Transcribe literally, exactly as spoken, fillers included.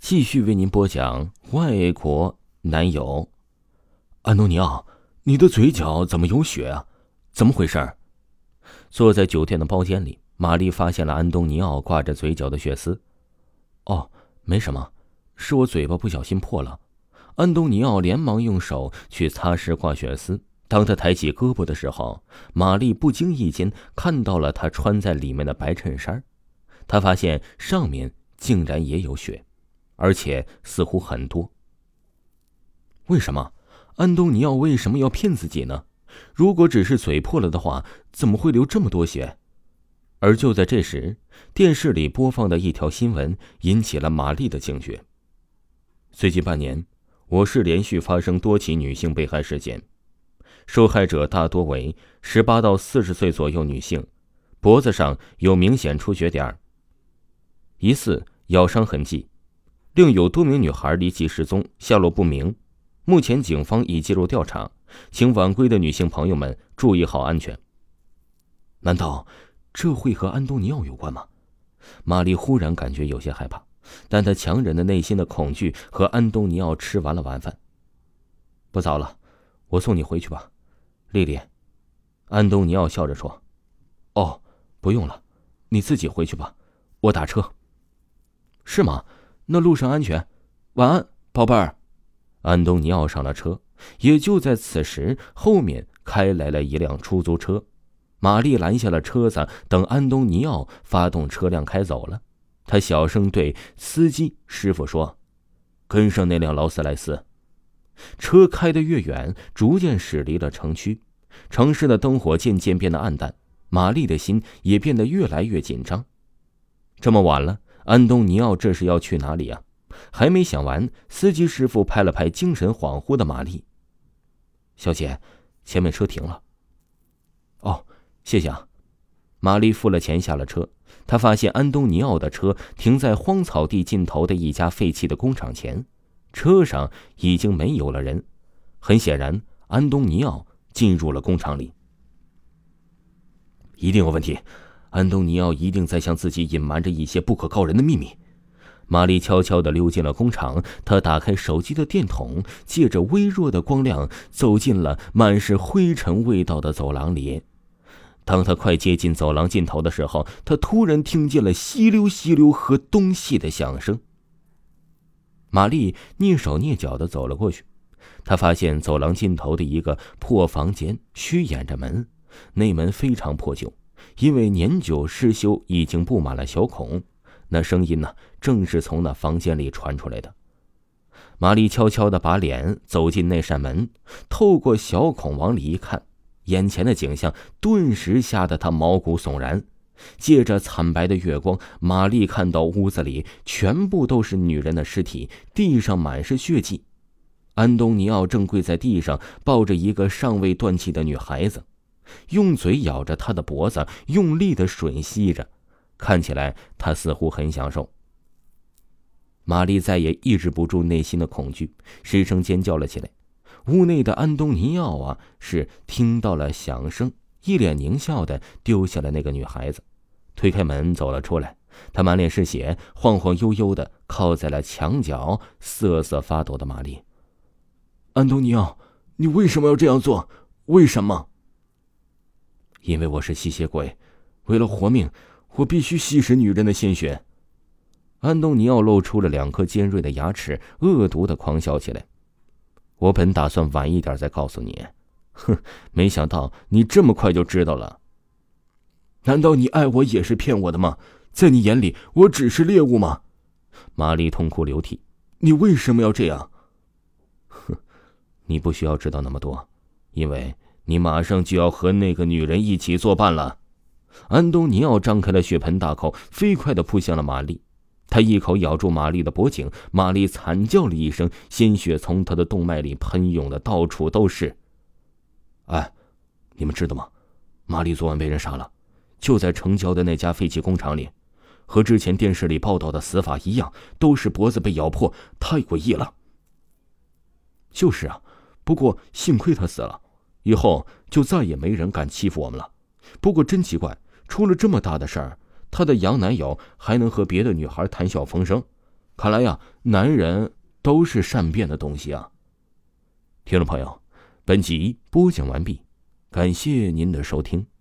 继续为您播讲外国男友。安东尼奥，你的嘴角怎么有血啊？怎么回事？坐在酒店的包间里，玛丽发现了安东尼奥挂着嘴角的血丝。哦，没什么，是我嘴巴不小心破了。安东尼奥连忙用手去擦拭挂血丝。当他抬起胳膊的时候，玛丽不经意间看到了他穿在里面的白衬衫，他发现上面竟然也有血，而且似乎很多。为什么？安东尼奥为什么要骗自己呢？如果只是嘴破了的话，怎么会流这么多血？而就在这时，电视里播放的一条新闻引起了玛丽的警觉。最近半年，我市连续发生多起女性被害事件，受害者大多为十八到四十岁左右女性，脖子上有明显出血点，疑似咬伤痕迹。另有多名女孩离奇失踪，下落不明。目前警方已介入调查，请晚归的女性朋友们注意好安全。难道这会和安东尼奥有关吗？玛丽忽然感觉有些害怕，但她强忍着内心的恐惧，和安东尼奥吃完了晚饭。不早了，我送你回去吧，丽丽。安东尼奥笑着说。哦，不用了，你自己回去吧，我打车。是吗？那路上安全，晚安，宝贝儿。安东尼奥上了车，也就在此时，后面开来了一辆出租车。玛丽拦下了车子，等安东尼奥发动车辆开走了，他小声对司机师傅说：“跟上那辆劳斯莱斯。”车开得越远，逐渐驶离了城区，城市的灯火渐渐变得暗淡，玛丽的心也变得越来越紧张。这么晚了，安东尼奥这是要去哪里啊？还没想完，司机师傅拍了拍精神恍惚的玛丽：“小姐，前面车停了。”“哦，谢谢啊。”玛丽付了钱下了车，她发现安东尼奥的车停在荒草地尽头的一家废弃的工厂前，车上已经没有了人。很显然，安东尼奥进入了工厂里。一定有问题，安东尼奥一定在向自己隐瞒着一些不可告人的秘密。玛丽悄悄地溜进了工厂，她打开手机的电筒，借着微弱的光亮走进了满是灰尘味道的走廊里。当她快接近走廊尽头的时候，她突然听见了稀溜稀溜和东西的响声。玛丽蹑手蹑脚地走了过去，她发现走廊尽头的一个破房间虚掩着门，内门非常破旧，因为年久失修已经布满了小孔。那声音呢，正是从那房间里传出来的。玛丽悄悄地把脸走进那扇门，透过小孔往里一看，眼前的景象顿时吓得她毛骨悚然。借着惨白的月光，玛丽看到屋子里全部都是女人的尸体，地上满是血迹。安东尼奥正跪在地上，抱着一个尚未断气的女孩子，用嘴咬着她的脖子，用力地吮吸着，看起来他似乎很享受。玛丽再也抑制不住内心的恐惧，失声尖叫了起来。屋内的安东尼奥啊，是听到了响声，一脸狞笑的丢下了那个女孩子，推开门走了出来。他满脸是血，晃晃悠悠的靠在了墙角，瑟瑟发抖的玛丽。安东尼奥，你为什么要这样做？为什么？因为我是吸血鬼，为了活命，我必须吸食女人的鲜血。安东尼奥露出了两颗尖锐的牙齿，恶毒地狂笑起来。我本打算晚一点再告诉你，哼，没想到你这么快就知道了。难道你爱我也是骗我的吗？在你眼里，我只是猎物吗？玛丽痛哭流涕。你为什么要这样？哼，你不需要知道那么多，因为你马上就要和那个女人一起作伴了。安东尼奥张开了血盆大口，飞快地扑向了玛丽。他一口咬住玛丽的脖颈，玛丽惨叫了一声，鲜血从他的动脉里喷涌的到处都是。哎，你们知道吗？玛丽昨晚被人杀了，就在城郊的那家废弃工厂里，和之前电视里报道的死法一样，都是脖子被咬破，太诡异了。就是啊，不过幸亏他死了，以后就再也没人敢欺负我们了。不过真奇怪，出了这么大的事儿，他的洋男友还能和别的女孩谈笑风生， 看来呀，男人都是善变的东西啊。听众朋友，本集播讲完毕，感谢您的收听。